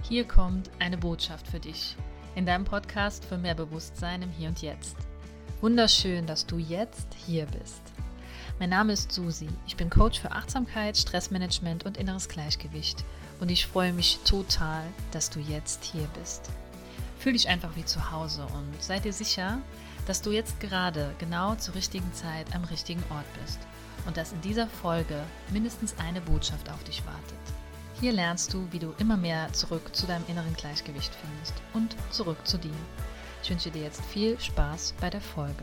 Hier kommt eine Botschaft für dich in deinem Podcast für mehr Bewusstsein im Hier und Jetzt. Wunderschön, dass du jetzt hier bist. Mein Name ist Susi. Ich bin Coach für Achtsamkeit, Stressmanagement und inneres Gleichgewicht und ich freue mich total, dass du jetzt hier bist. Fühl dich einfach wie zu Hause und sei dir sicher, dass du jetzt gerade genau zur richtigen Zeit am richtigen Ort bist und dass in dieser Folge mindestens eine Botschaft auf dich wartet. Hier lernst du, wie du immer mehr zurück zu deinem inneren Gleichgewicht findest und zurück zu dir. Ich wünsche dir jetzt viel Spaß bei der Folge.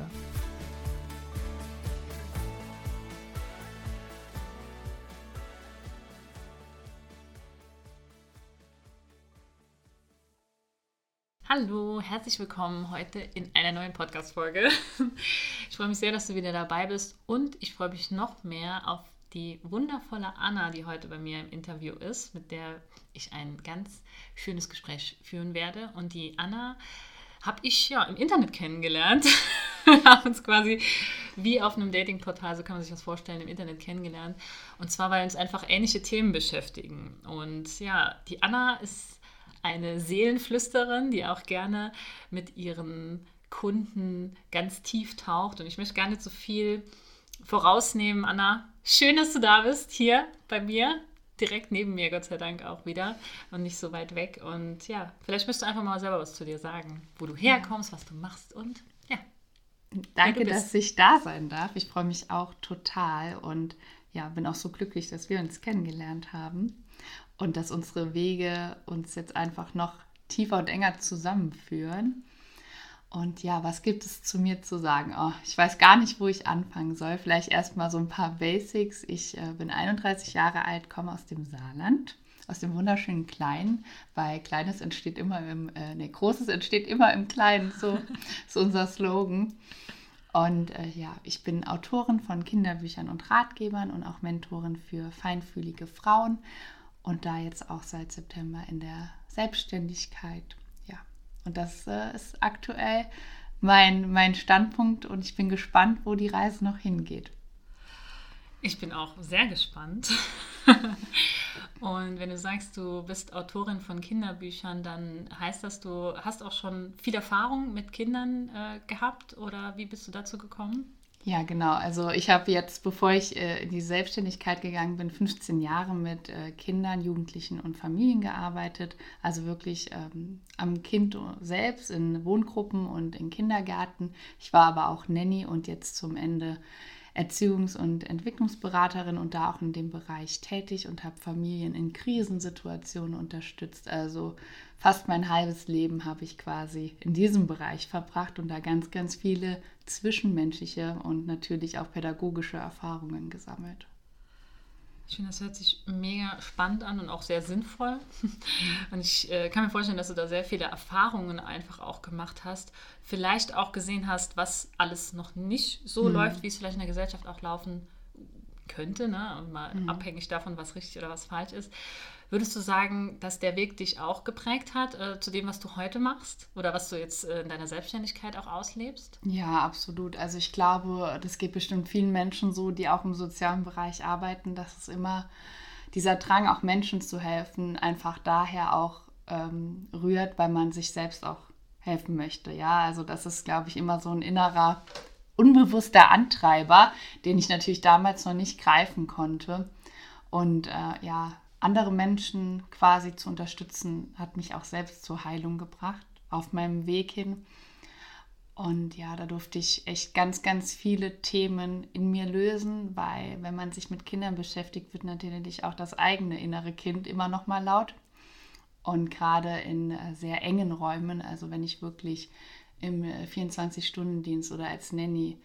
Hallo, herzlich willkommen heute in einer neuen Podcast-Folge. Ich freue mich sehr, dass du wieder dabei bist und ich freue mich noch mehr auf die wundervolle Anna, die heute bei mir im Interview ist, mit der ich ein ganz schönes Gespräch führen werde. Und die Anna habe ich im Internet kennengelernt. Wir haben uns quasi wie auf einem Datingportal, so kann man sich das vorstellen, im Internet kennengelernt. Und zwar, weil uns einfach ähnliche Themen beschäftigen. Und ja, die Anna ist eine Seelenflüsterin, die auch gerne mit ihren Kunden ganz tief taucht. Und ich möchte gar nicht so viel vorausnehmen, Anna. Schön, dass du da bist, hier bei mir, direkt neben mir, Gott sei Dank auch wieder und nicht so weit weg. Und ja, vielleicht müsst du einfach mal selber was zu dir sagen, wo du herkommst, was du machst und ja. Danke, dass ich da sein darf. Ich freue mich auch total und ja, bin auch so glücklich, dass wir uns kennengelernt haben und dass unsere Wege uns jetzt einfach noch tiefer und enger zusammenführen. Und ja, was gibt es zu mir zu sagen? Oh, ich weiß gar nicht, wo ich anfangen soll. Vielleicht erstmal so ein paar Basics. Ich bin 31 Jahre alt, komme aus dem Saarland, aus dem wunderschönen Kleinen, weil Kleines entsteht immer Großes entsteht immer im Kleinen, so ist unser Slogan. Und ich bin Autorin von Kinderbüchern und Ratgebern und auch Mentorin für feinfühlige Frauen und da jetzt auch seit September in der Selbstständigkeit. Und das ist aktuell mein Standpunkt und ich bin gespannt, wo die Reise noch hingeht. Ich bin auch sehr gespannt. Und wenn du sagst, du bist Autorin von Kinderbüchern, dann heißt das, du hast auch schon viel Erfahrung mit Kindern gehabt oder wie bist du dazu gekommen? Ja, genau. Also ich habe jetzt, bevor ich in die Selbstständigkeit gegangen bin, 15 Jahre mit Kindern, Jugendlichen und Familien gearbeitet. Also wirklich am Kind selbst in Wohngruppen und in Kindergärten. Ich war aber auch Nanny und jetzt zum Ende Erziehungs- und Entwicklungsberaterin und da auch in dem Bereich tätig und habe Familien in Krisensituationen unterstützt. Also fast mein halbes Leben habe ich quasi in diesem Bereich verbracht und da ganz, ganz viele zwischenmenschliche und natürlich auch pädagogische Erfahrungen gesammelt. Ich finde, das hört sich mega spannend an und auch sehr sinnvoll. Und ich kann mir vorstellen, dass du da sehr viele Erfahrungen einfach auch gemacht hast. Vielleicht auch gesehen hast, was alles noch nicht so läuft, wie es vielleicht in der Gesellschaft auch laufen könnte, ne? Und mal abhängig davon, was richtig oder was falsch ist. Würdest du sagen, dass der Weg dich auch geprägt hat zu dem, was du heute machst? Oder was du jetzt in deiner Selbstständigkeit auch auslebst? Ja, absolut. Also ich glaube, das geht bestimmt vielen Menschen so, die auch im sozialen Bereich arbeiten, dass es immer dieser Drang, auch Menschen zu helfen, einfach daher auch rührt, weil man sich selbst auch helfen möchte. Ja, also das ist, glaube ich, immer so ein innerer, unbewusster Antreiber, den ich natürlich damals noch nicht greifen konnte. Und andere Menschen quasi zu unterstützen, hat mich auch selbst zur Heilung gebracht, auf meinem Weg hin. Und ja, da durfte ich echt ganz, ganz viele Themen in mir lösen, weil wenn man sich mit Kindern beschäftigt, wird natürlich auch das eigene innere Kind immer noch mal laut. Und gerade in sehr engen Räumen, also wenn ich wirklich im 24-Stunden-Dienst oder als Nanny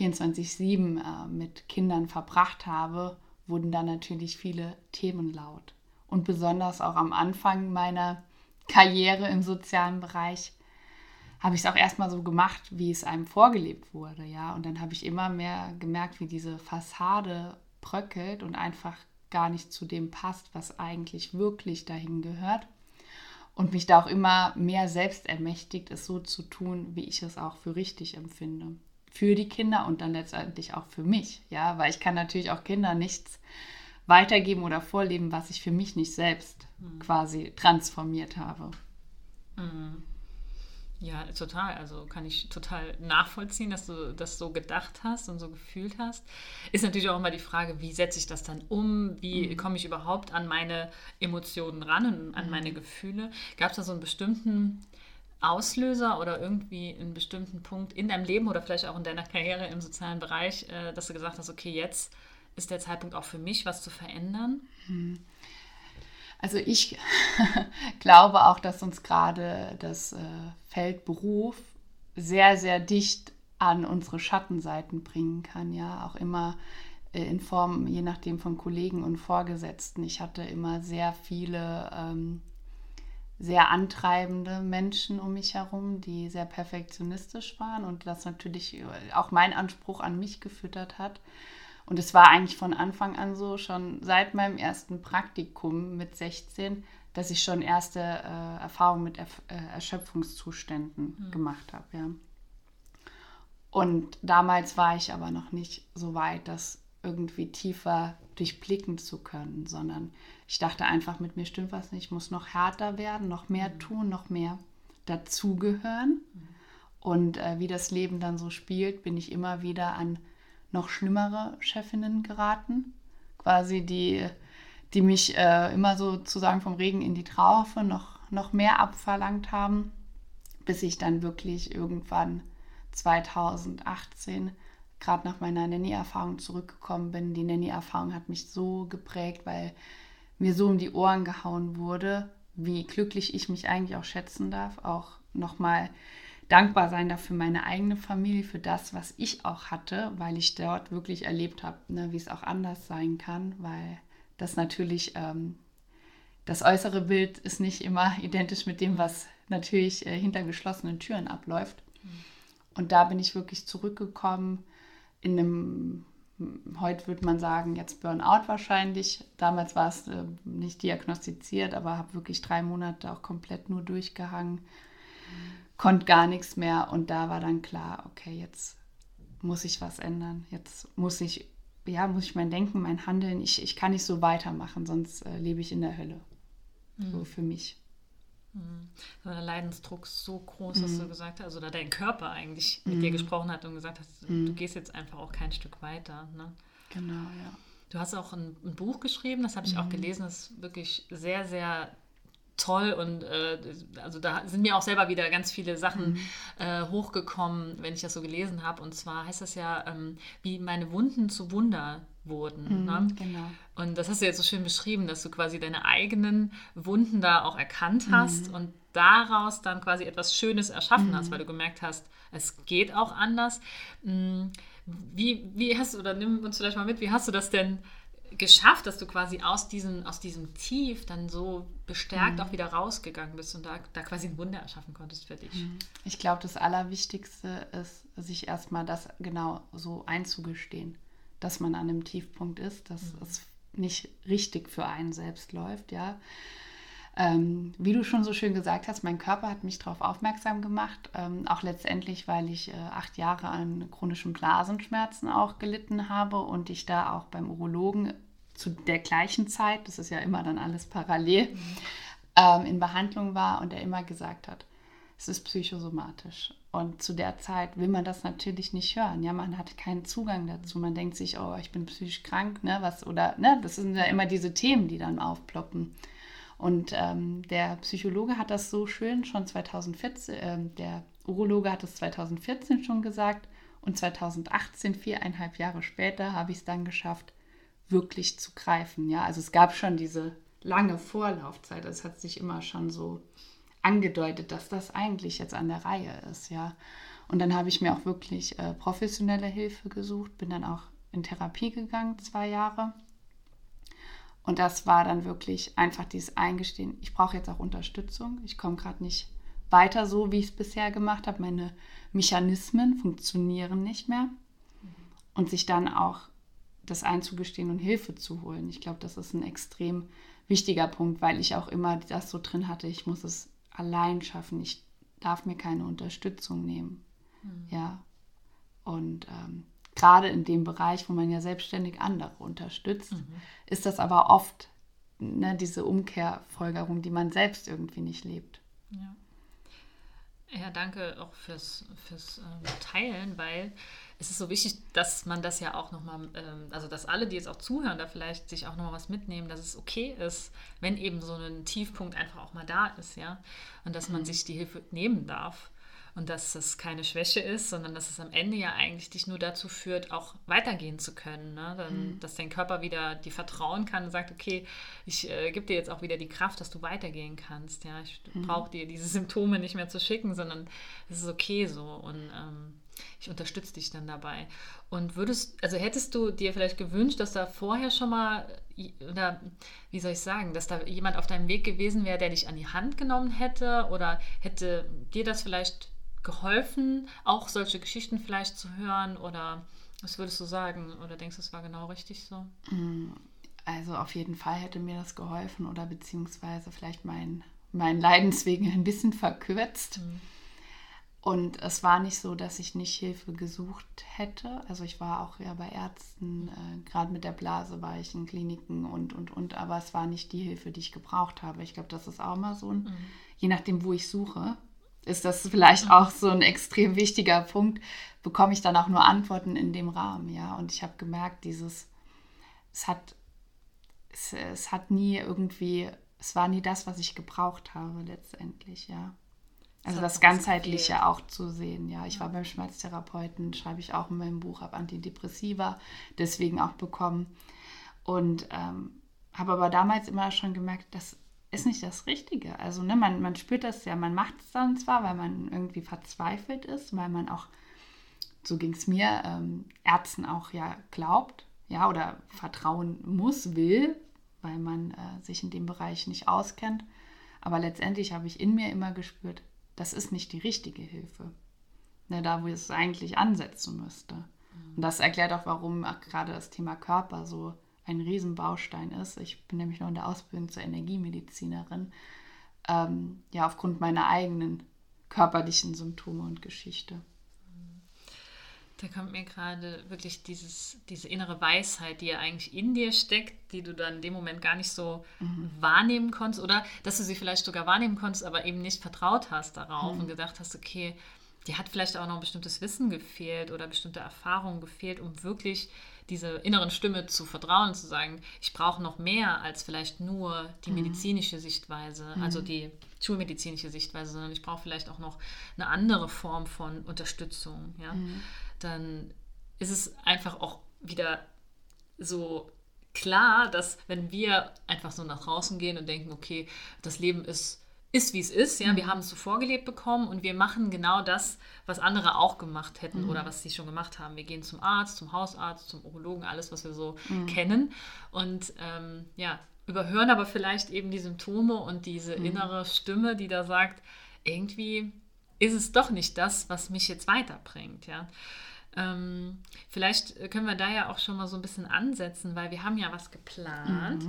24/7 mit Kindern verbracht habe, wurden da natürlich viele Themen laut. Und besonders auch am Anfang meiner Karriere im sozialen Bereich habe ich es auch erstmal so gemacht, wie es einem vorgelebt wurde. Ja? Und dann habe ich immer mehr gemerkt, wie diese Fassade bröckelt und einfach gar nicht zu dem passt, was eigentlich wirklich dahin gehört. Und mich da auch immer mehr selbst ermächtigt, es so zu tun, wie ich es auch für richtig empfinde. Für die Kinder und dann letztendlich auch für mich. Ja? Weil ich kann natürlich auch Kinder nichts weitergeben oder vorleben, was ich für mich nicht selbst quasi transformiert habe. Ja, total. Also kann ich total nachvollziehen, dass du das so gedacht hast und so gefühlt hast. Ist natürlich auch immer die Frage, wie setze ich das dann um? Wie komme ich überhaupt an meine Emotionen ran und an meine Gefühle? Gab es da so einen bestimmten Auslöser oder irgendwie einen bestimmten Punkt in deinem Leben oder vielleicht auch in deiner Karriere im sozialen Bereich, dass du gesagt hast, okay, jetzt ist der Zeitpunkt auch für mich, was zu verändern? Also ich glaube auch, dass uns gerade das Feld Beruf sehr, sehr dicht an unsere Schattenseiten bringen kann. Ja, auch immer in Form, je nachdem, von Kollegen und Vorgesetzten. Ich hatte immer sehr viele sehr antreibende Menschen um mich herum, die sehr perfektionistisch waren und das natürlich auch mein Anspruch an mich gefüttert hat. Und es war eigentlich von Anfang an so, schon seit meinem ersten Praktikum mit 16, dass ich schon erste Erfahrungen mit Erschöpfungszuständen gemacht habe. Ja. Und damals war ich aber noch nicht so weit, das irgendwie tiefer durchblicken zu können, sondern ich dachte einfach, mit mir stimmt was nicht, ich muss noch härter werden, noch mehr tun, noch mehr dazugehören. Und wie das Leben dann so spielt, bin ich immer wieder an noch schlimmere Chefinnen geraten, quasi die mich immer sozusagen vom Regen in die Traufe noch mehr abverlangt haben, bis ich dann wirklich irgendwann 2018 gerade nach meiner Nanny-Erfahrung zurückgekommen bin. Die Nanny-Erfahrung hat mich so geprägt, weil mir so um die Ohren gehauen wurde, wie glücklich ich mich eigentlich auch schätzen darf, auch nochmal dankbar sein darf für meine eigene Familie, für das, was ich auch hatte, weil ich dort wirklich erlebt habe, ne, wie es auch anders sein kann, weil das natürlich, das äußere Bild ist nicht immer identisch mit dem, was natürlich hinter geschlossenen Türen abläuft. Und da bin ich wirklich zurückgekommen in einem, heute würde man sagen, jetzt Burnout wahrscheinlich. Damals war es nicht diagnostiziert, aber habe wirklich 3 Monate auch komplett nur durchgehangen. Konnte gar nichts mehr und da war dann klar, okay, jetzt muss ich was ändern. Jetzt muss ich mein Denken, mein Handeln, ich kann nicht so weitermachen, sonst lebe ich in der Hölle. So für mich. Der Leidensdruck so groß, dass du gesagt hast, also da dein Körper eigentlich mit dir gesprochen hat und gesagt hat, du gehst jetzt einfach auch kein Stück weiter. Ne? Genau, ja. Du hast auch ein Buch geschrieben, das habe ich auch gelesen, das ist wirklich sehr, sehr toll und also da sind mir auch selber wieder ganz viele Sachen hochgekommen, wenn ich das so gelesen habe. Und zwar heißt das ja, wie meine Wunden zu Wunder wurden. Ne? Genau. Und das hast du jetzt so schön beschrieben, dass du quasi deine eigenen Wunden da auch erkannt hast und daraus dann quasi etwas Schönes erschaffen hast, weil du gemerkt hast, es geht auch anders. Wie hast du, oder nimm uns vielleicht mal mit, wie hast du das denn geschafft, dass du quasi aus diesem Tief dann so bestärkt auch wieder rausgegangen bist und da quasi ein Wunder erschaffen konntest für dich? Ich glaube, das Allerwichtigste ist, sich erstmal das genau so einzugestehen, dass man an einem Tiefpunkt ist, dass es nicht richtig für einen selbst läuft, ja. Wie du schon so schön gesagt hast, mein Körper hat mich darauf aufmerksam gemacht, auch letztendlich, weil ich 8 Jahre an chronischen Blasenschmerzen auch gelitten habe und ich da auch beim Urologen zu der gleichen Zeit, das ist ja immer dann alles parallel, in Behandlung war und er immer gesagt hat, es ist psychosomatisch. Und zu der Zeit will man das natürlich nicht hören. Ja, man hat keinen Zugang dazu. Man denkt sich, oh, ich bin psychisch krank, ne, das sind ja immer diese Themen, die dann aufploppen. Und der Psychologe hat das so schön schon 2014, der Urologe hat es 2014 schon gesagt und 2018, 4,5 Jahre später, habe ich es dann geschafft, wirklich zu greifen. Ja, also es gab schon diese lange Vorlaufzeit. Es hat sich immer schon so angedeutet, dass das eigentlich jetzt an der Reihe ist. Ja, und dann habe ich mir auch wirklich professionelle Hilfe gesucht, bin dann auch in Therapie gegangen, 2 Jahre. Und das war dann wirklich einfach dieses Eingestehen, ich brauche jetzt auch Unterstützung. Ich komme gerade nicht weiter so, wie ich es bisher gemacht habe. Meine Mechanismen funktionieren nicht mehr. Und sich dann auch das einzugestehen und Hilfe zu holen. Ich glaube, das ist ein extrem wichtiger Punkt, weil ich auch immer das so drin hatte, ich muss es allein schaffen. Ich darf mir keine Unterstützung nehmen. Ja. Und gerade in dem Bereich, wo man ja selbstständig andere unterstützt, ist das aber oft, ne, diese Umkehrfolgerung, die man selbst irgendwie nicht lebt. Ja. Ja, danke auch fürs Teilen, weil es ist so wichtig, dass man das ja auch nochmal, also dass alle, die jetzt auch zuhören, da vielleicht sich auch nochmal was mitnehmen, dass es okay ist, wenn eben so ein Tiefpunkt einfach auch mal da ist, ja, und dass man sich die Hilfe nehmen darf und dass das keine Schwäche ist, sondern dass es am Ende ja eigentlich dich nur dazu führt, auch weitergehen zu können, ne? Dann, dass dein Körper wieder dir vertrauen kann und sagt, okay, ich gebe dir jetzt auch wieder die Kraft, dass du weitergehen kannst, ja, ich brauche dir diese Symptome nicht mehr zu schicken, sondern es ist okay so und ich unterstütze dich dann dabei. Und hättest du dir vielleicht gewünscht, dass da vorher schon mal, oder wie soll ich sagen, dass da jemand auf deinem Weg gewesen wäre, der dich an die Hand genommen hätte, oder hätte dir das vielleicht geholfen, auch solche Geschichten vielleicht zu hören, oder was würdest du sagen? Oder denkst du, es war genau richtig so? Also auf jeden Fall hätte mir das geholfen oder beziehungsweise vielleicht mein Leidensweg ein bisschen verkürzt. Und es war nicht so, dass ich nicht Hilfe gesucht hätte. Also ich war auch ja bei Ärzten, gerade mit der Blase war ich in Kliniken und. Aber es war nicht die Hilfe, die ich gebraucht habe. Ich glaube, das ist auch mal so ein, je nachdem, wo ich suche, ist das vielleicht auch so ein extrem wichtiger Punkt, bekomme ich dann auch nur Antworten in dem Rahmen, ja. Und ich habe gemerkt, es hat nie irgendwie, es war nie das, was ich gebraucht habe letztendlich, ja. Also das Ganzheitliche auch zu sehen, ja. Ich war beim Schmerztherapeuten, schreibe ich auch in meinem Buch, habe Antidepressiva deswegen auch bekommen und habe aber damals immer schon gemerkt, das ist nicht das Richtige. Also ne, man spürt das ja, man macht es dann zwar, weil man irgendwie verzweifelt ist, weil man auch, so ging es mir, Ärzten auch ja glaubt, ja, oder vertrauen muss, will, weil man sich in dem Bereich nicht auskennt. Aber letztendlich habe ich in mir immer gespürt, das ist nicht die richtige Hilfe. Ne, da, wo es eigentlich ansetzen müsste. Und das erklärt auch, warum auch gerade das Thema Körper so ein Riesenbaustein ist. Ich bin nämlich noch in der Ausbildung zur Energiemedizinerin. Ja, aufgrund meiner eigenen körperlichen Symptome und Geschichte. Da kommt mir gerade wirklich diese innere Weisheit, die ja eigentlich in dir steckt, die du dann in dem Moment gar nicht so wahrnehmen konntest oder dass du sie vielleicht sogar wahrnehmen konntest, aber eben nicht vertraut hast darauf und gedacht hast, okay, dir hat vielleicht auch noch ein bestimmtes Wissen gefehlt oder bestimmte Erfahrungen gefehlt, um wirklich diese inneren Stimme zu vertrauen, zu sagen, ich brauche noch mehr als vielleicht nur die medizinische Sichtweise, also die schulmedizinische Sichtweise, sondern ich brauche vielleicht auch noch eine andere Form von Unterstützung, ja. Dann ist es einfach auch wieder so klar, dass wenn wir einfach so nach draußen gehen und denken, okay, das Leben ist wie es ist, ja, wir haben es so vorgelebt bekommen und wir machen genau das, was andere auch gemacht hätten oder was sie schon gemacht haben. Wir gehen zum Arzt, zum Hausarzt, zum Urologen, alles, was wir so kennen und überhören aber vielleicht eben die Symptome und diese innere Stimme, die da sagt, irgendwie ist es doch nicht das, was mich jetzt weiterbringt, ja. Vielleicht können wir da ja auch schon mal so ein bisschen ansetzen, weil wir haben ja was geplant.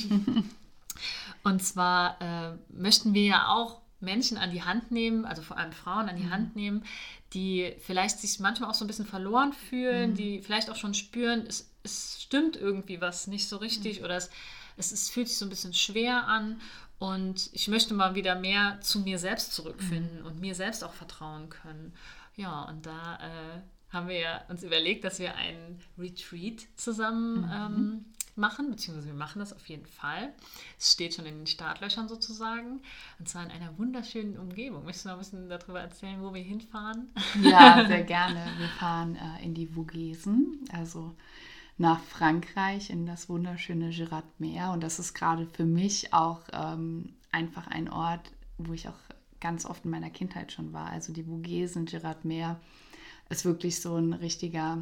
Und zwar möchten wir ja auch Menschen an die Hand nehmen, also vor allem Frauen an die Hand nehmen, die vielleicht sich manchmal auch so ein bisschen verloren fühlen, die vielleicht auch schon spüren, es stimmt irgendwie was nicht so richtig oder es fühlt sich so ein bisschen schwer an. Und ich möchte mal wieder mehr zu mir selbst zurückfinden und mir selbst auch vertrauen können. Ja, und da haben wir ja uns überlegt, dass wir einen Retreat zusammen machen, beziehungsweise wir machen das auf jeden Fall. Es steht schon in den Startlöchern sozusagen, und zwar in einer wunderschönen Umgebung. Möchtest du noch ein bisschen darüber erzählen, wo wir hinfahren? Ja, sehr gerne. Wir fahren in die Vogesen, also nach Frankreich, in das wunderschöne Jurate-Meer. Und das ist gerade für mich auch einfach ein Ort, wo ich auch ganz oft in meiner Kindheit schon war. Also die Vogesen, Jurate-Meer ist wirklich so ein richtiger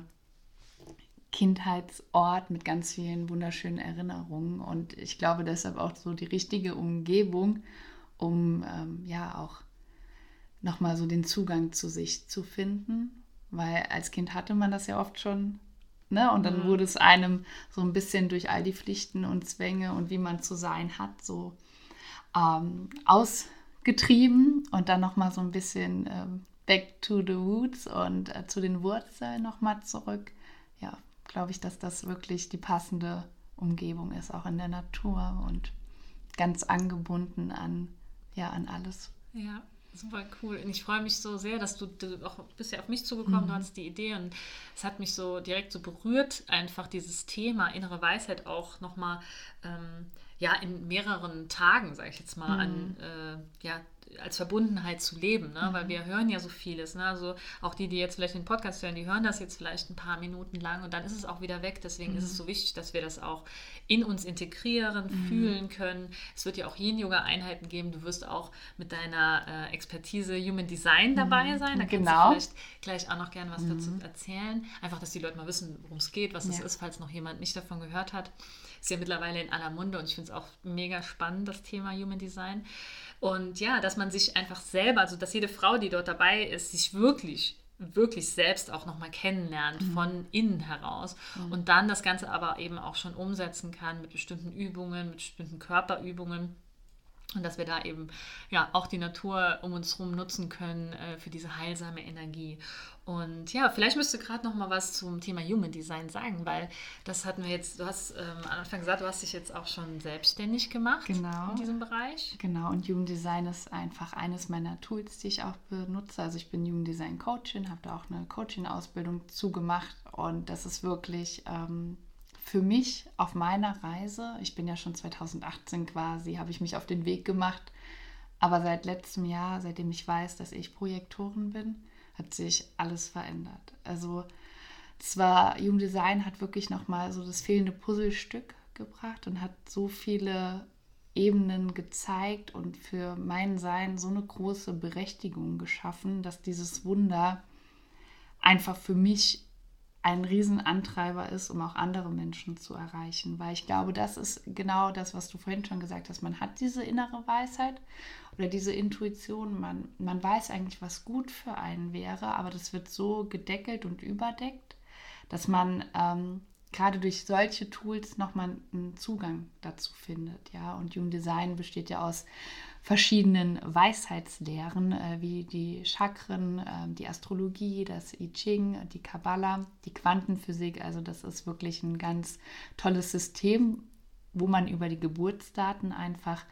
Kindheitsort mit ganz vielen wunderschönen Erinnerungen. Und ich glaube deshalb auch so die richtige Umgebung, um auch nochmal so den Zugang zu sich zu finden. Weil als Kind hatte man das ja oft schon, ne? Und dann wurde es einem so ein bisschen durch all die Pflichten und Zwänge und wie man zu sein hat, so ausgetrieben. Und dann nochmal so ein bisschen back to the roots und zu den Wurzeln nochmal zurück. ja, glaube ich, dass das wirklich die passende Umgebung ist, auch in der Natur und ganz angebunden an alles. Ja, super cool. Und ich freue mich so sehr, dass du auch bist ja auf mich zugekommen, du hattest die Idee und es hat mich so direkt so berührt, einfach dieses Thema innere Weisheit auch nochmal in mehreren Tagen, sage ich jetzt mal, als Verbundenheit zu leben, ne? Weil wir hören ja so vieles, ne? Also auch die jetzt vielleicht den Podcast hören, die hören das jetzt vielleicht ein paar Minuten lang und dann ist es auch wieder weg. Deswegen ist es so wichtig, dass wir das auch in uns integrieren, fühlen können. Es wird ja auch Yin-Yoga-Einheiten geben. Du wirst auch mit deiner Expertise Human Design dabei sein. Da kannst du vielleicht gleich auch noch gerne was dazu erzählen. Einfach, dass die Leute mal wissen, worum es geht, was es ist, falls noch jemand nicht davon gehört hat. Ist ja mittlerweile in aller Munde und ich finde es auch mega spannend, das Thema Human Design. Und ja, dass man sich einfach selber, also dass jede Frau, die dort dabei ist, sich wirklich, wirklich selbst auch nochmal kennenlernt von innen heraus und dann das Ganze aber eben auch schon umsetzen kann mit bestimmten Übungen, mit bestimmten Körperübungen. Und dass wir da eben auch die Natur um uns herum nutzen können für diese heilsame Energie. Und ja, vielleicht müsst du gerade noch mal was zum Thema Human Design sagen, weil das hatten wir jetzt, du hast am Anfang gesagt, du hast dich jetzt auch schon selbstständig gemacht in diesem Bereich. Genau, und Human Design ist einfach eines meiner Tools, die ich auch benutze. Also ich bin Human Design Coachin, habe da auch eine Coaching-Ausbildung zugemacht und das ist wirklich für mich auf meiner Reise, ich bin ja schon 2018 quasi, habe ich mich auf den Weg gemacht, aber seit letztem Jahr, seitdem ich weiß, dass ich Projektorin bin, hat sich alles verändert. Also Human Design hat wirklich nochmal so das fehlende Puzzlestück gebracht und hat so viele Ebenen gezeigt und für mein Sein so eine große Berechtigung geschaffen, dass dieses Wunder einfach für mich ein Riesenantreiber ist, um auch andere Menschen zu erreichen. Weil ich glaube, das ist genau das, was du vorhin schon gesagt hast. Man hat diese innere Weisheit oder diese Intuition. Man weiß eigentlich, was gut für einen wäre, aber das wird so gedeckelt und überdeckt, dass man gerade durch solche Tools nochmal einen Zugang dazu findet. Ja? Und Human Design besteht ja aus verschiedenen Weisheitslehren, wie die Chakren, die Astrologie, das I Ching, die Kabbala, die Quantenphysik. Also das ist wirklich ein ganz tolles System, wo man über die Geburtsdaten einfach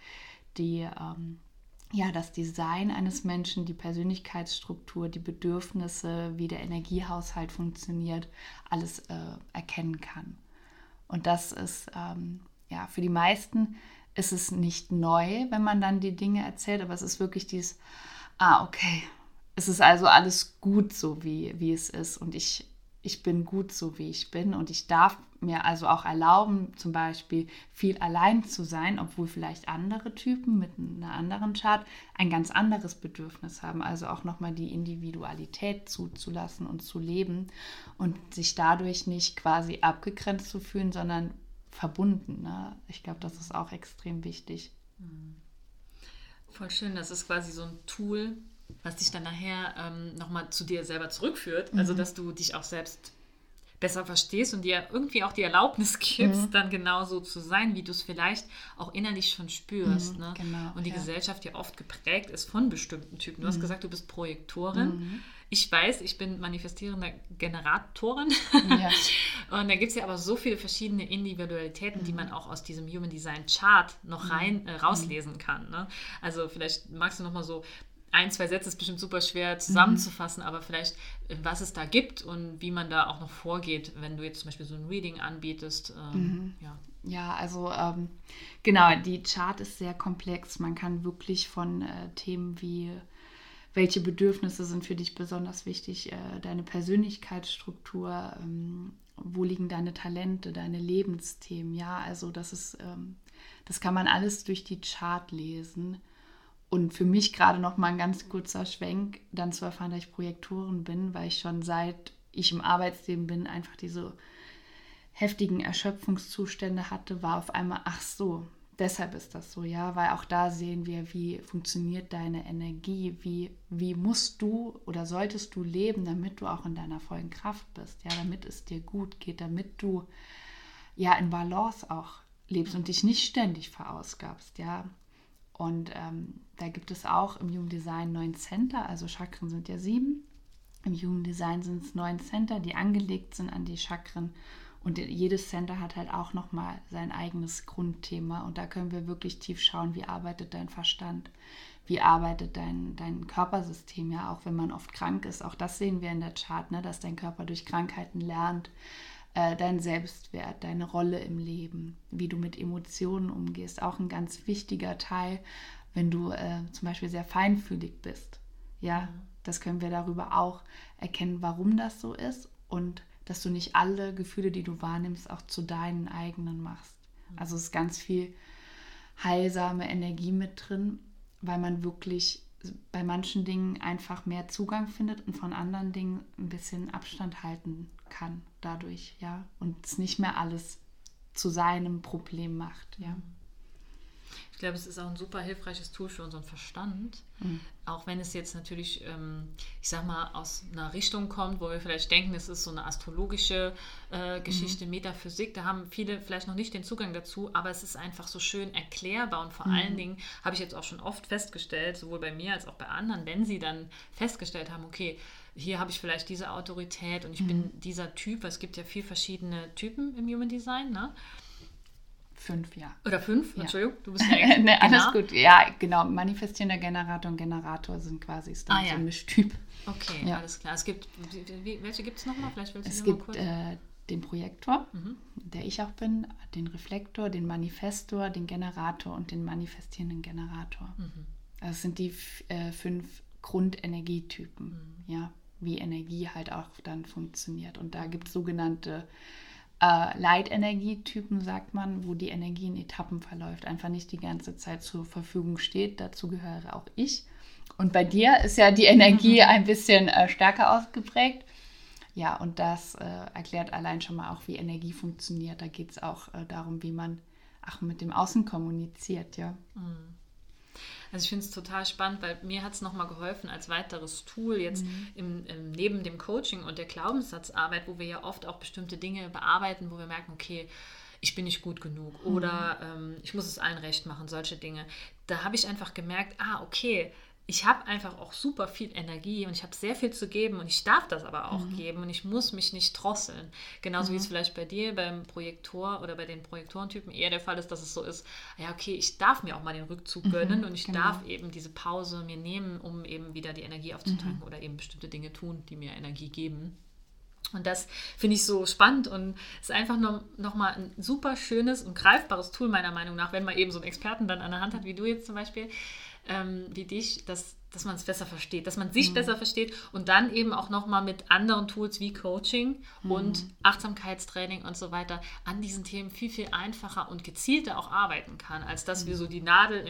das Design eines Menschen, die Persönlichkeitsstruktur, die Bedürfnisse, wie der Energiehaushalt funktioniert, alles erkennen kann. Und das ist für die meisten ist es nicht neu, wenn man dann die Dinge erzählt, aber es ist wirklich dieses, okay, es ist also alles gut so, wie es ist und ich bin gut so, wie ich bin und ich darf mir also auch erlauben, zum Beispiel viel allein zu sein, obwohl vielleicht andere Typen mit einer anderen Chart ein ganz anderes Bedürfnis haben, also auch nochmal die Individualität zuzulassen und zu leben und sich dadurch nicht quasi abgegrenzt zu fühlen, sondern verbunden. Ne? Ich glaube, das ist auch extrem wichtig. Voll schön, das ist quasi so ein Tool, was dich dann nachher nochmal zu dir selber zurückführt. Also, dass du dich auch selbst besser verstehst und dir irgendwie auch die Erlaubnis gibst, dann genauso zu sein, wie du es vielleicht auch innerlich schon spürst. Ne? Genau, und die Gesellschaft ja oft geprägt ist von bestimmten Typen. Du hast gesagt, du bist Projektorin. Ich weiß, ich bin manifestierende Generatorin. Ja. Und da gibt es ja aber so viele verschiedene Individualitäten, die man auch aus diesem Human Design Chart noch rauslesen kann. Ne? Also vielleicht magst du noch mal so 1, 2 Sätze, ist bestimmt super schwer zusammenzufassen, aber vielleicht, was es da gibt und wie man da auch noch vorgeht, wenn du jetzt zum Beispiel so ein Reading anbietest. Ja, also genau, die Chart ist sehr komplex. Man kann wirklich von Themen wie welche Bedürfnisse sind für dich besonders wichtig, deine Persönlichkeitsstruktur, wo liegen deine Talente, deine Lebensthemen, ja, also das kann man alles durch die Chart lesen. Und für mich gerade noch mal ein ganz kurzer Schwenk, dann zu erfahren, dass ich Projektorin bin, weil ich schon seit ich im Arbeitsleben bin, einfach diese heftigen Erschöpfungszustände hatte, war auf einmal, ach so, deshalb ist das so, ja, weil auch da sehen wir, wie funktioniert deine Energie, wie musst du oder solltest du leben, damit du auch in deiner vollen Kraft bist, ja, damit es dir gut geht, damit du ja in Balance auch lebst und dich nicht ständig verausgabst, ja. Und da gibt es auch im Human Design 9 Center, also Chakren sind ja 7. Im Human Design sind es 9 Center, die angelegt sind an die Chakren. Und jedes Center hat halt auch nochmal sein eigenes Grundthema. Und da können wir wirklich tief schauen, wie arbeitet dein Verstand, wie arbeitet dein Körpersystem, ja, auch wenn man oft krank ist. Auch das sehen wir in der Chart, ne, dass dein Körper durch Krankheiten lernt, dein Selbstwert, deine Rolle im Leben, wie du mit Emotionen umgehst. Auch ein ganz wichtiger Teil, wenn du zum Beispiel sehr feinfühlig bist. Ja, das können wir darüber auch erkennen, warum das so ist und dass du nicht alle Gefühle, die du wahrnimmst, auch zu deinen eigenen machst. Also es ist ganz viel heilsame Energie mit drin, weil man wirklich bei manchen Dingen einfach mehr Zugang findet und von anderen Dingen ein bisschen Abstand halten kann dadurch, ja, und es nicht mehr alles zu seinem Problem macht, ja. Ich glaube, es ist auch ein super hilfreiches Tool für unseren Verstand, auch wenn es jetzt natürlich, ich sag mal, aus einer Richtung kommt, wo wir vielleicht denken, es ist so eine astrologische Geschichte, Metaphysik, da haben viele vielleicht noch nicht den Zugang dazu, aber es ist einfach so schön erklärbar und vor allen Dingen habe ich jetzt auch schon oft festgestellt, sowohl bei mir als auch bei anderen, wenn sie dann festgestellt haben, okay, hier habe ich vielleicht diese Autorität und ich bin dieser Typ, weil es gibt ja 4 verschiedene Typen im Human Design, ne? 5, ja. Oder 5? Ja. Entschuldigung, du bist ja ne, alles gut. Ja, genau. Manifestierender Generator und Generator sind quasi so ein Mischtyp. Okay, ja. Alles klar. Es gibt, welche gibt es nochmal? Vielleicht willst du es gibt den Projektor, der ich auch bin, den Reflektor, den Manifestor, den Generator und den manifestierenden Generator. Also es sind die 5 Grundenergietypen, ja, wie Energie halt auch dann funktioniert. Und da gibt es sogenannte Leitenergietypen, sagt man, wo die Energie in Etappen verläuft, einfach nicht die ganze Zeit zur Verfügung steht. Dazu gehöre auch ich. Und bei dir ist ja die Energie ein bisschen stärker ausgeprägt. Ja, und das erklärt allein schon mal auch, wie Energie funktioniert. Da geht es auch darum, wie man auch mit dem Außen kommuniziert, ja. Also ich finde es total spannend, weil mir hat es nochmal geholfen als weiteres Tool jetzt neben dem Coaching und der Glaubenssatzarbeit, wo wir ja oft auch bestimmte Dinge bearbeiten, wo wir merken, okay, ich bin nicht gut genug oder ich muss es allen recht machen, solche Dinge. Da habe ich einfach gemerkt, okay, ich habe einfach auch super viel Energie und ich habe sehr viel zu geben und ich darf das aber auch geben und ich muss mich nicht drosseln. Genauso wie es vielleicht bei dir beim Projektor oder bei den Projektorentypen eher der Fall ist, dass es so ist, ja okay, ich darf mir auch mal den Rückzug gönnen und ich darf eben diese Pause mir nehmen, um eben wieder die Energie aufzutanken oder eben bestimmte Dinge tun, die mir Energie geben. Und das finde ich so spannend und ist einfach nochmal ein super schönes und greifbares Tool meiner Meinung nach, wenn man eben so einen Experten dann an der Hand hat, wie du jetzt zum Beispiel, wie dich, dass man es besser versteht, dass man sich besser versteht und dann eben auch nochmal mit anderen Tools wie Coaching und Achtsamkeitstraining und so weiter an diesen Themen viel, viel einfacher und gezielter auch arbeiten kann, als dass wir so die Nadel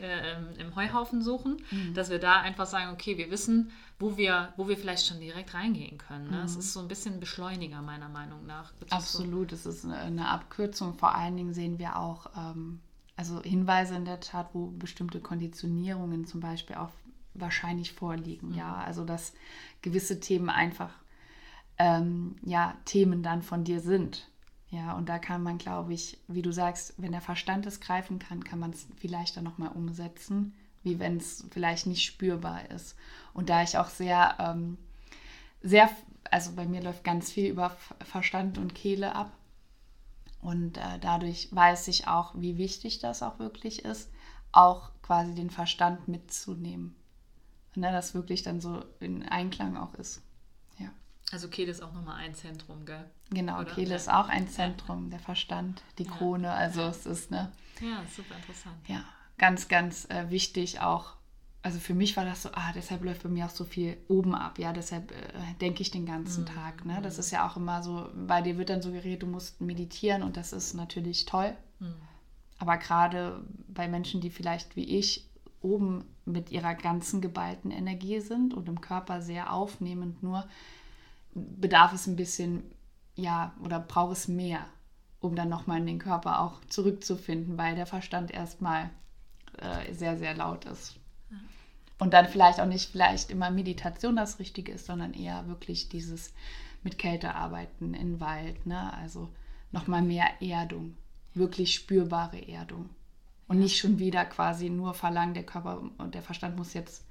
im Heuhaufen suchen, dass wir da einfach sagen, okay, wir wissen, wo wir vielleicht schon direkt reingehen können. Ne? Es ist so ein bisschen Beschleuniger, meiner Meinung nach. Absolut, es ist eine Abkürzung. Vor allen Dingen sehen wir auch also Hinweise in der Chart, wo bestimmte Konditionierungen zum Beispiel auch wahrscheinlich vorliegen. Ja, also dass gewisse Themen einfach Themen dann von dir sind. Ja, und da kann man, glaube ich, wie du sagst, wenn der Verstand es greifen kann man es vielleicht dann nochmal umsetzen, wie wenn es vielleicht nicht spürbar ist. Und da ich auch also bei mir läuft ganz viel über Verstand und Kehle ab. Und dadurch weiß ich auch, wie wichtig das auch wirklich ist, auch quasi den Verstand mitzunehmen. Und das wirklich dann so in Einklang auch ist. Ja. Also Kehle ist auch nochmal ein Zentrum, gell? Genau, oder? Kehle ist auch ein Zentrum, der Verstand, die Krone, also es ist Ja, super interessant. Ja, ganz, ganz wichtig auch. Also für mich war das so, deshalb läuft bei mir auch so viel oben ab, ja, deshalb denke ich den ganzen Tag, ne? Das ist ja auch immer so, bei dir wird dann suggeriert, du musst meditieren und das ist natürlich toll, aber gerade bei Menschen, die vielleicht wie ich oben mit ihrer ganzen geballten Energie sind und im Körper sehr aufnehmend nur, bedarf es ein bisschen, oder braucht es mehr, um dann nochmal in den Körper auch zurückzufinden, weil der Verstand erstmal sehr, sehr laut ist. Und dann vielleicht auch nicht immer Meditation das Richtige ist, sondern eher wirklich dieses mit Kälte arbeiten im Wald, ne? Also nochmal mehr Erdung, wirklich spürbare Erdung. Und nicht schon wieder quasi nur verlangen, der Körper und der Verstand muss jetzt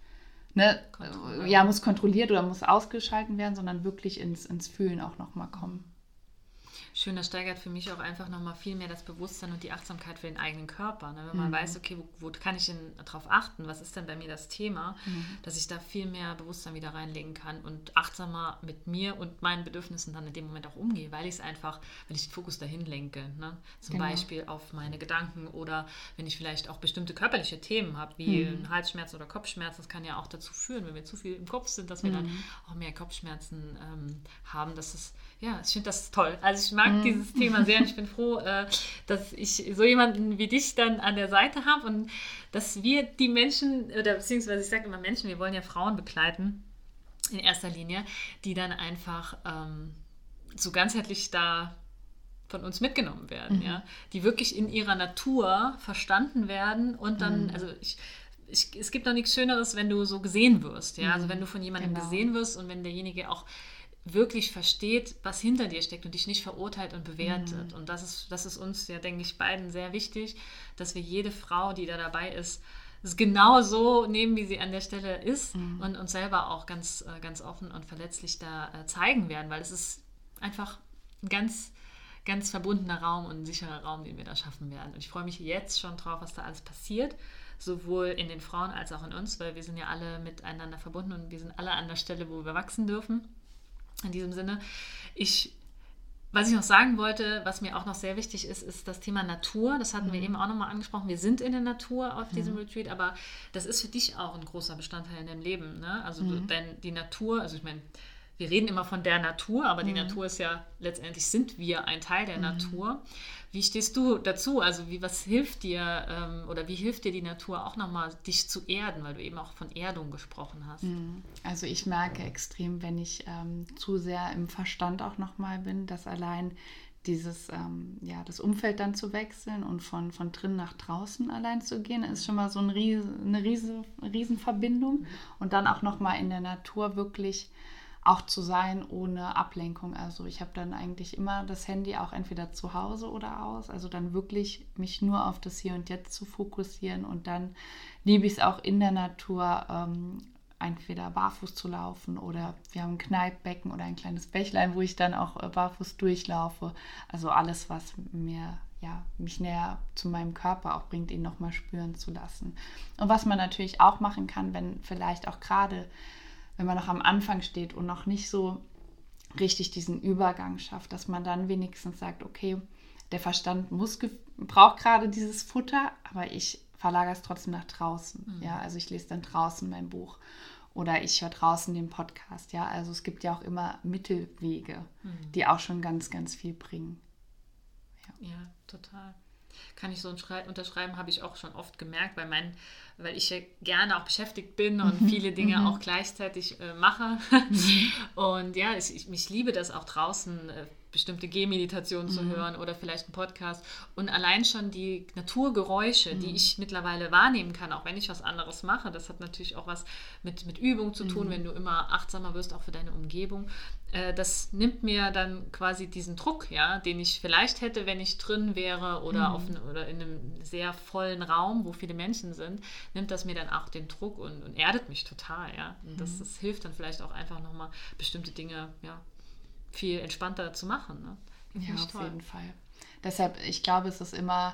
ne, ja, muss kontrolliert oder muss ausgeschalten werden, sondern wirklich ins Fühlen auch nochmal kommen. Schön, das steigert für mich auch einfach nochmal viel mehr das Bewusstsein und die Achtsamkeit für den eigenen Körper. Ne? Wenn man weiß, okay, wo kann ich denn drauf achten? Was ist denn bei mir das Thema? Dass ich da viel mehr Bewusstsein wieder reinlegen kann und achtsamer mit mir und meinen Bedürfnissen dann in dem Moment auch umgehe, weil ich den Fokus dahin lenke. Ne? Zum Beispiel auf meine Gedanken oder wenn ich vielleicht auch bestimmte körperliche Themen habe, wie Halsschmerzen oder Kopfschmerzen. Das kann ja auch dazu führen, wenn wir zu viel im Kopf sind, dass wir dann auch mehr Kopfschmerzen haben. Ich finde das toll. Also ich mag dieses Thema sehr und ich bin froh, dass ich so jemanden wie dich dann an der Seite habe und dass wir die Menschen, oder beziehungsweise ich sage immer Menschen, wir wollen ja Frauen begleiten, in erster Linie, die dann einfach so ganzheitlich da von uns mitgenommen werden, ja, die wirklich in ihrer Natur verstanden werden und dann, es gibt noch nichts Schöneres, wenn du so gesehen wirst, ja, also wenn du von jemandem gesehen wirst und wenn derjenige auch wirklich versteht, was hinter dir steckt und dich nicht verurteilt und bewertet. Und das ist uns ja, denke ich, beiden sehr wichtig, dass wir jede Frau, die da dabei ist, es genau so nehmen, wie sie an der Stelle ist und uns selber auch ganz, ganz offen und verletzlich da zeigen werden, weil es ist einfach ein ganz, ganz verbundener Raum und ein sicherer Raum, den wir da schaffen werden. Und ich freue mich jetzt schon drauf, was da alles passiert, sowohl in den Frauen als auch in uns, weil wir sind ja alle miteinander verbunden und wir sind alle an der Stelle, wo wir wachsen dürfen. In diesem Sinne, was ich noch sagen wollte, was mir auch noch sehr wichtig ist, ist das Thema Natur. Das hatten wir eben auch nochmal angesprochen. Wir sind in der Natur auf diesem Retreat, aber das ist für dich auch ein großer Bestandteil in deinem Leben. Ne? Also die Natur, also ich meine, wir reden immer von der Natur, aber die Natur ist ja, letztendlich sind wir ein Teil der Natur. Wie stehst du dazu? Also was hilft dir oder wie hilft dir die Natur auch nochmal, dich zu erden, weil du eben auch von Erdung gesprochen hast? Also ich merke extrem, wenn ich zu sehr im Verstand auch nochmal bin, dass allein das Umfeld dann zu wechseln und von drinnen nach draußen allein zu gehen, ist schon mal so eine Riesenverbindung. Und dann auch nochmal in der Natur wirklich auch zu sein ohne Ablenkung. Also ich habe dann eigentlich immer das Handy auch entweder zu Hause oder aus. Also dann wirklich mich nur auf das Hier und Jetzt zu fokussieren. Und dann liebe ich es auch in der Natur, entweder barfuß zu laufen oder wir haben ein Kneippbecken oder ein kleines Bächlein, wo ich dann auch barfuß durchlaufe. Also alles, was mich näher zu meinem Körper auch bringt, ihn nochmal spüren zu lassen. Und was man natürlich auch machen kann, wenn vielleicht auch gerade wenn man noch am Anfang steht und noch nicht so richtig diesen Übergang schafft, dass man dann wenigstens sagt, okay, der Verstand braucht gerade dieses Futter, aber ich verlagere es trotzdem nach draußen. Ja, also ich lese dann draußen mein Buch oder ich höre draußen den Podcast. Ja, also es gibt ja auch immer Mittelwege, die auch schon ganz, ganz viel bringen. Ja, total. Kann ich so unterschreiben, habe ich auch schon oft gemerkt, weil ich ja gerne auch beschäftigt bin und viele Dinge auch gleichzeitig mache. Und ja, ich liebe das auch draußen, bestimmte Gehmeditationen zu hören oder vielleicht einen Podcast. Und allein schon die Naturgeräusche, die ich mittlerweile wahrnehmen kann, auch wenn ich was anderes mache, das hat natürlich auch was mit Übung zu tun, wenn du immer achtsamer wirst, auch für deine Umgebung. Das nimmt mir dann quasi diesen Druck, ja, den ich vielleicht hätte, wenn ich drin wäre oder oder in einem sehr vollen Raum, wo viele Menschen sind, nimmt das mir dann auch den Druck und erdet mich total, ja. Und das hilft dann vielleicht auch einfach nochmal bestimmte Dinge, ja, viel entspannter zu machen. Ne? Ja, auf jeden Fall. Deshalb, ich glaube, es ist immer,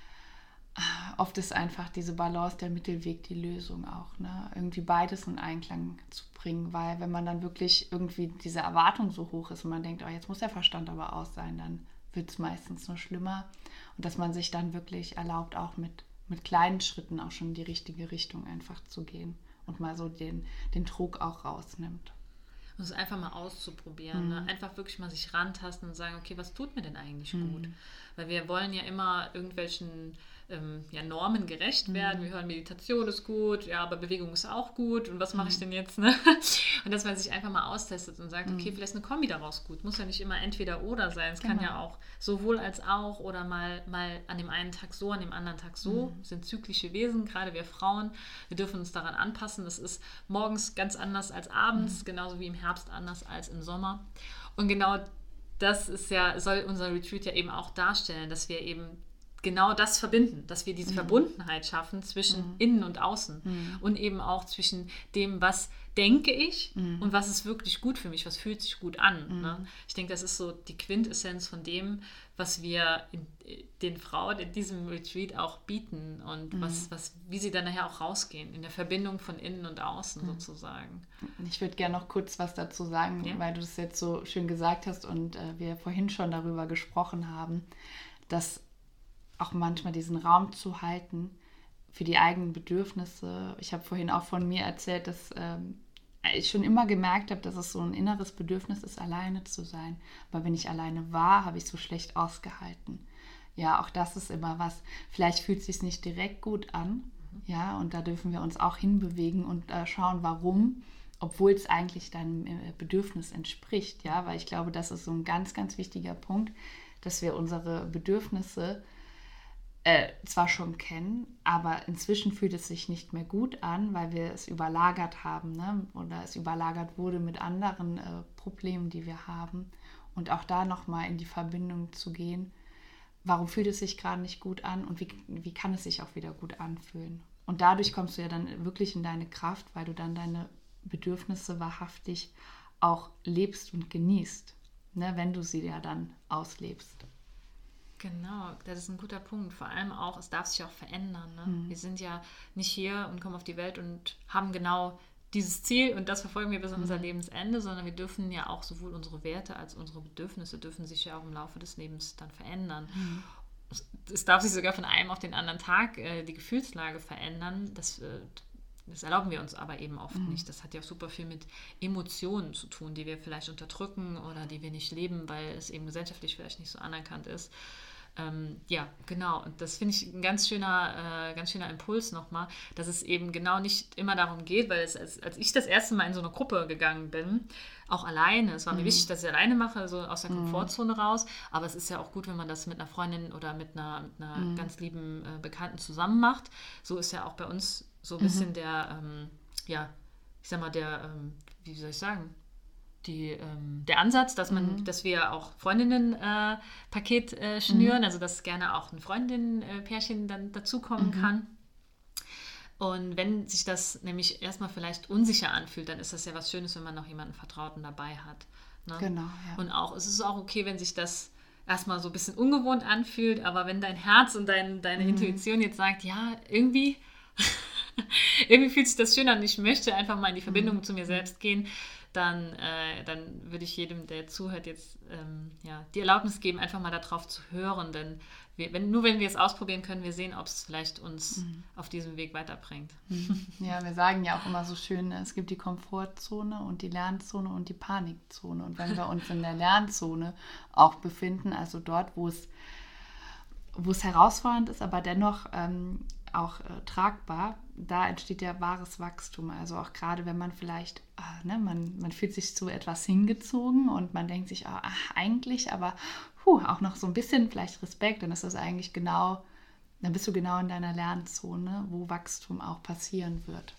oft ist einfach diese Balance, der Mittelweg, die Lösung auch. Ne? Irgendwie beides in Einklang zu bringen, weil wenn man dann wirklich irgendwie diese Erwartung so hoch ist und man denkt, oh, jetzt muss der Verstand aber aus sein, dann wird es meistens nur schlimmer. Und dass man sich dann wirklich erlaubt, auch mit kleinen Schritten auch schon in die richtige Richtung einfach zu gehen und mal so den Druck auch rausnimmt. Und es einfach mal auszuprobieren. Ne? Einfach wirklich mal sich rantasten und sagen, okay, was tut mir denn eigentlich gut? Weil wir wollen ja immer irgendwelchen Normen gerecht werden. Wir hören, Meditation ist gut, ja, aber Bewegung ist auch gut. Und was mache ich denn jetzt? Ne? Und dass man sich einfach mal austestet und sagt, okay, vielleicht ist eine Kombi daraus gut. Muss ja nicht immer entweder oder sein. Es kann ja auch sowohl als auch oder mal an dem einen Tag so, an dem anderen Tag so. Wir sind zyklische Wesen, gerade wir Frauen. Wir dürfen uns daran anpassen. Das ist morgens ganz anders als abends, genauso wie im Herbst anders als im Sommer. Und genau das ist soll unser Retreat ja eben auch darstellen, dass wir eben genau das verbinden, dass wir diese Verbundenheit schaffen zwischen innen und außen und eben auch zwischen dem, was denke ich und was ist wirklich gut für mich, was fühlt sich gut an. Ne? Ich denke, das ist so die Quintessenz von dem, was wir den Frauen in diesem Retreat auch bieten und wie sie dann nachher auch rausgehen, in der Verbindung von innen und außen sozusagen. Ich würde gerne noch kurz was dazu sagen, weil du das jetzt so schön gesagt hast und wir vorhin schon darüber gesprochen haben, dass auch manchmal diesen Raum zu halten für die eigenen Bedürfnisse. Ich habe vorhin auch von mir erzählt, dass ich schon immer gemerkt habe, dass es so ein inneres Bedürfnis ist, alleine zu sein. Aber wenn ich alleine war, habe ich so schlecht ausgehalten. Ja, auch das ist immer was. Vielleicht fühlt es sich nicht direkt gut an. Ja, und da dürfen wir uns auch hinbewegen und schauen, warum, obwohl es eigentlich deinem Bedürfnis entspricht. Ja, weil ich glaube, das ist so ein ganz, ganz wichtiger Punkt, dass wir unsere Bedürfnisse zwar schon kennen, aber inzwischen fühlt es sich nicht mehr gut an, weil wir es überlagert haben, ne? Oder es überlagert wurde mit anderen Problemen, die wir haben. Und auch da nochmal in die Verbindung zu gehen, warum fühlt es sich gerade nicht gut an und wie kann es sich auch wieder gut anfühlen. Und dadurch kommst du ja dann wirklich in deine Kraft, weil du dann deine Bedürfnisse wahrhaftig auch lebst und genießt, ne? Wenn du sie ja dann auslebst. Genau, das ist ein guter Punkt. Vor allem auch, es darf sich auch verändern. Ne? Wir sind ja nicht hier und kommen auf die Welt und haben genau dieses Ziel und das verfolgen wir bis an unser Lebensende, sondern wir dürfen ja auch sowohl unsere Werte als unsere Bedürfnisse dürfen sich ja auch im Laufe des Lebens dann verändern. Es darf sich sogar von einem auf den anderen Tag die Gefühlslage verändern. Das erlauben wir uns aber eben oft nicht. Das hat ja auch super viel mit Emotionen zu tun, die wir vielleicht unterdrücken oder die wir nicht leben, weil es eben gesellschaftlich vielleicht nicht so anerkannt ist. Ja, genau. Und das finde ich ein ganz schöner Impuls nochmal, dass es eben genau nicht immer darum geht, weil als ich das erste Mal in so eine Gruppe gegangen bin, auch alleine, es war mir wichtig, dass ich alleine mache, so aus der Komfortzone raus, aber es ist ja auch gut, wenn man das mit einer Freundin oder mit einer ganz lieben Bekannten zusammen macht. So ist ja auch bei uns so ein bisschen der, ich sag mal, wie soll ich sagen, der Ansatz, dass wir auch Freundinnen-Paket schnüren, also dass gerne auch ein Freundin-Pärchen dann dazukommen kann. Und wenn sich das nämlich erstmal vielleicht unsicher anfühlt, dann ist das ja was Schönes, wenn man noch jemanden Vertrauten dabei hat. Ne? Genau, ja. Und auch, es ist auch okay, wenn sich das erstmal so ein bisschen ungewohnt anfühlt, aber wenn dein Herz und deine Intuition jetzt sagt, ja, irgendwie fühlt sich das schön an, ich möchte einfach mal in die Verbindung zu mir selbst gehen, dann würde ich jedem, der zuhört, jetzt die Erlaubnis geben, einfach mal darauf zu hören, denn wenn wir es ausprobieren, können wir sehen, ob es vielleicht uns auf diesem Weg weiterbringt. Ja, wir sagen ja auch immer so schön, es gibt die Komfortzone und die Lernzone und die Panikzone. Und wenn wir uns in der Lernzone auch befinden, also dort, wo es herausfordernd ist, aber dennoch auch tragbar, da entsteht ja wahres Wachstum. Also auch gerade, wenn man vielleicht, man fühlt sich zu etwas hingezogen und man denkt sich, eigentlich, aber auch noch so ein bisschen vielleicht Respekt, dann ist das eigentlich genau, dann bist du genau in deiner Lernzone, wo Wachstum auch passieren wird.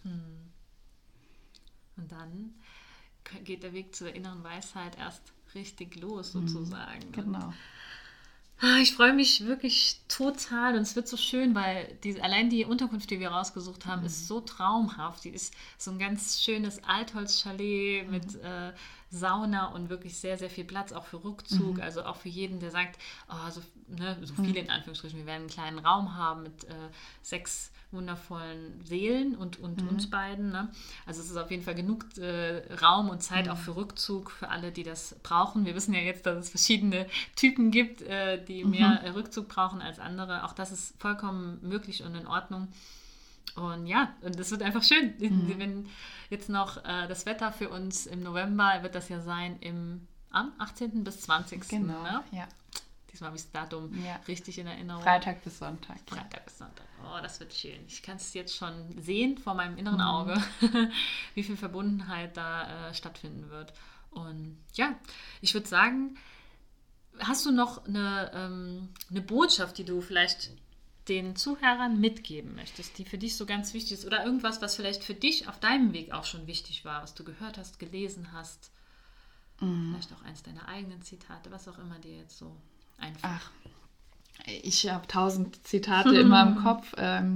Und dann geht der Weg zur inneren Weisheit erst richtig los, sozusagen. Genau. Ich freue mich wirklich total und es wird so schön, weil allein die Unterkunft, die wir rausgesucht haben, ist so traumhaft. Die ist so ein ganz schönes Altholzchalet mit Sauna und wirklich sehr, sehr viel Platz, auch für Rückzug. Also auch für jeden, der sagt, so viele in Anführungsstrichen, wir werden einen kleinen Raum haben mit 6 wundervollen Seelen und uns beiden. Ne? Also es ist auf jeden Fall genug Raum und Zeit auch für Rückzug, für alle, die das brauchen. Wir wissen ja jetzt, dass es verschiedene Typen gibt, die mehr Rückzug brauchen als andere. Auch das ist vollkommen möglich und in Ordnung. Und ja, und das wird einfach schön. Wenn jetzt noch das Wetter für uns im November, wird das ja sein am 18. bis 20. Genau, ne? ja. Diesmal habe ich das Datum richtig in Erinnerung. Freitag bis Sonntag. Freitag bis Sonntag. Oh, das wird schön. Ich kann es jetzt schon sehen vor meinem inneren Auge, wie viel Verbundenheit da stattfinden wird. Und ja, ich würde sagen, hast du noch eine Botschaft, die du vielleicht den Zuhörern mitgeben möchtest, die für dich so ganz wichtig ist? Oder irgendwas, was vielleicht für dich auf deinem Weg auch schon wichtig war, was du gehört hast, gelesen hast? Vielleicht auch eins deiner eigenen Zitate, was auch immer dir jetzt so einfach. Ich habe 1000 Zitate immer im Kopf.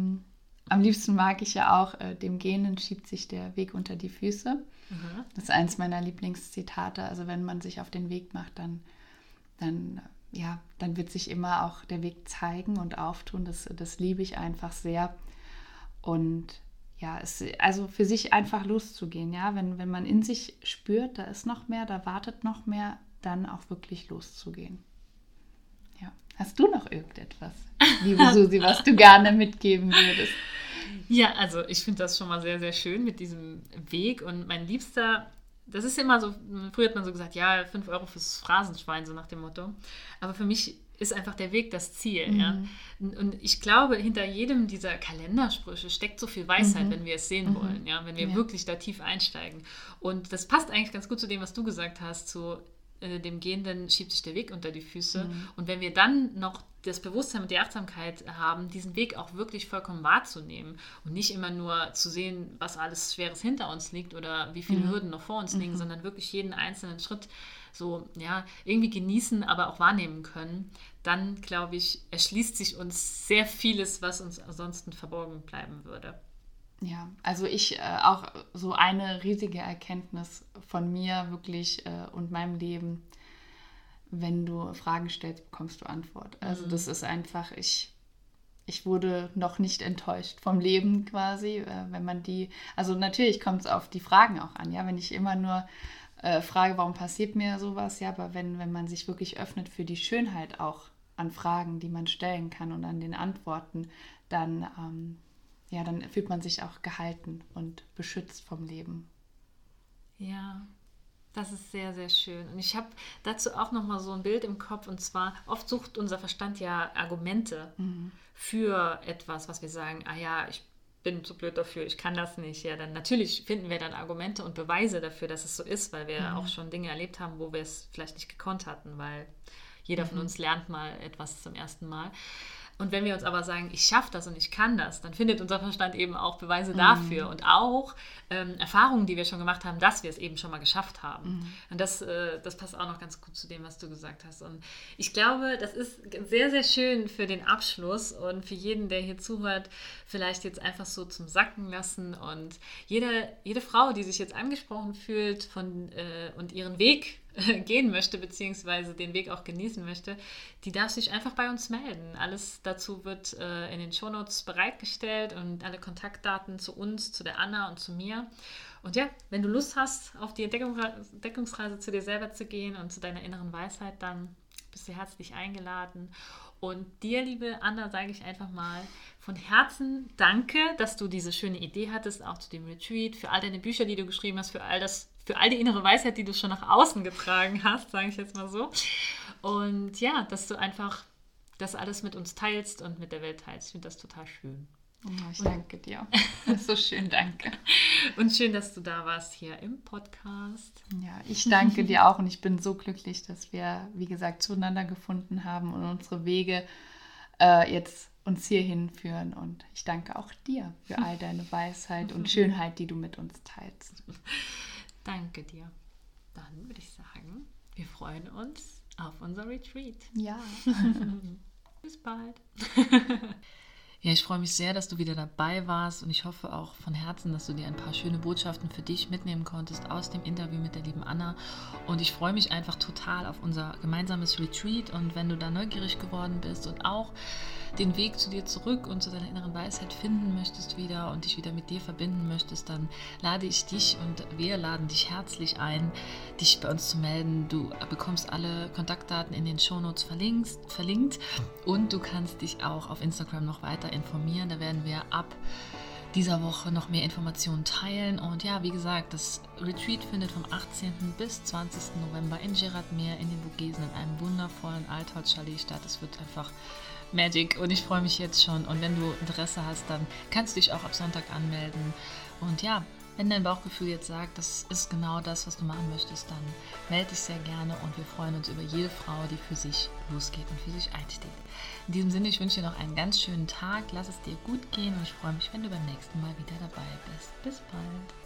Am liebsten mag ich ja auch, dem Gehenden schiebt sich der Weg unter die Füße. Das ist eins meiner Lieblingszitate. Also wenn man sich auf den Weg macht, dann wird sich immer auch der Weg zeigen und auftun. Das liebe ich einfach sehr. Und ja, also für sich einfach loszugehen. Ja? Wenn man in sich spürt, da ist noch mehr, da wartet noch mehr, dann auch wirklich loszugehen. Ja. Hast du noch irgendetwas, liebe Susi, was du gerne mitgeben würdest? Ja, also ich finde das schon mal sehr, sehr schön mit diesem Weg. Und mein Liebster, das ist immer so, früher hat man so gesagt, ja, 5 Euro fürs Phrasenschwein, so nach dem Motto. Aber für mich ist einfach der Weg das Ziel. Ja? Und ich glaube, hinter jedem dieser Kalendersprüche steckt so viel Weisheit, wenn wir es sehen wollen, ja? Wenn wir wirklich da tief einsteigen. Und das passt eigentlich ganz gut zu dem, was du gesagt hast, zu dem Gehenden schiebt sich der Weg unter die Füße. Und wenn wir dann noch das Bewusstsein und die Achtsamkeit haben, diesen Weg auch wirklich vollkommen wahrzunehmen und nicht immer nur zu sehen, was alles Schweres hinter uns liegt oder wie viele Hürden noch vor uns liegen, sondern wirklich jeden einzelnen Schritt so, ja, irgendwie genießen, aber auch wahrnehmen können, dann, glaube ich, erschließt sich uns sehr vieles, was uns ansonsten verborgen bleiben würde. Ja, also ich auch so eine riesige Erkenntnis von mir wirklich und meinem Leben: Wenn du Fragen stellst, bekommst du Antwort. Also das ist einfach, ich wurde noch nicht enttäuscht vom Leben quasi, wenn man also natürlich kommt es auf die Fragen auch an, ja, wenn ich immer nur frage, warum passiert mir sowas, ja, aber wenn man sich wirklich öffnet für die Schönheit auch an Fragen, die man stellen kann und an den Antworten, dann fühlt man sich auch gehalten und beschützt vom Leben. Ja, das ist sehr, sehr schön. Und ich habe dazu auch nochmal so ein Bild im Kopf. Und zwar, oft sucht unser Verstand ja Argumente für etwas, was wir sagen, ich bin zu blöd dafür, ich kann das nicht. Ja, dann natürlich finden wir dann Argumente und Beweise dafür, dass es so ist, weil wir auch schon Dinge erlebt haben, wo wir es vielleicht nicht gekonnt hatten, weil jeder von uns lernt mal etwas zum ersten Mal. Und wenn wir uns aber sagen, ich schaffe das und ich kann das, dann findet unser Verstand eben auch Beweise dafür und auch Erfahrungen, die wir schon gemacht haben, dass wir es eben schon mal geschafft haben. Und das passt auch noch ganz gut zu dem, was du gesagt hast. Und ich glaube, das ist sehr, sehr schön für den Abschluss und für jeden, der hier zuhört, vielleicht jetzt einfach so zum Sacken lassen. Und jede Frau, die sich jetzt angesprochen fühlt und ihren Weg gehen möchte, beziehungsweise den Weg auch genießen möchte, die darf sich einfach bei uns melden. Alles dazu wird in den Shownotes bereitgestellt und alle Kontaktdaten zu uns, zu der Anna und zu mir. Und ja, wenn du Lust hast, auf die Entdeckungsreise zu dir selber zu gehen und zu deiner inneren Weisheit, dann bist du herzlich eingeladen. Und dir, liebe Anna, sage ich einfach mal von Herzen danke, dass du diese schöne Idee hattest, auch zu dem Retreat, für all deine Bücher, die du geschrieben hast, für all die innere Weisheit, die du schon nach außen getragen hast, sage ich jetzt mal so. Und ja, dass du einfach das alles mit uns teilst und mit der Welt teilst. Ich finde das total schön. Oh, ich danke dir. Das ist so schön, danke. Und schön, dass du da warst hier im Podcast. Ja, ich danke dir auch und ich bin so glücklich, dass wir, wie gesagt, zueinander gefunden haben und unsere Wege jetzt uns hierhin führen. Und ich danke auch dir für all deine Weisheit und Schönheit, die du mit uns teilst. Danke dir. Dann würde ich sagen, wir freuen uns auf unser Retreat. Ja. Bis bald. Ja, ich freue mich sehr, dass du wieder dabei warst und ich hoffe auch von Herzen, dass du dir ein paar schöne Botschaften für dich mitnehmen konntest aus dem Interview mit der lieben Anna. Und ich freue mich einfach total auf unser gemeinsames Retreat. Und wenn du da neugierig geworden bist und auch den Weg zu dir zurück und zu deiner inneren Weisheit finden möchtest wieder und dich wieder mit dir verbinden möchtest, dann lade ich dich und wir laden dich herzlich ein, dich bei uns zu melden. Du bekommst alle Kontaktdaten in den Shownotes verlinkt und du kannst dich auch auf Instagram noch weiter informieren. Da werden wir ab dieser Woche noch mehr Informationen teilen. Und ja, wie gesagt, das Retreat findet vom 18. bis 20. November in Gérardmer in den Vogesen in einem wundervollen Altholzchalet statt. Es wird einfach Magic und ich freue mich jetzt schon. Und wenn du Interesse hast, dann kannst du dich auch ab Sonntag anmelden. Und ja, wenn dein Bauchgefühl jetzt sagt, das ist genau das, was du machen möchtest, dann melde dich sehr gerne und wir freuen uns über jede Frau, die für sich losgeht und für sich einsteht. In diesem Sinne, ich wünsche dir noch einen ganz schönen Tag, lass es dir gut gehen und ich freue mich, wenn du beim nächsten Mal wieder dabei bist. Bis bald!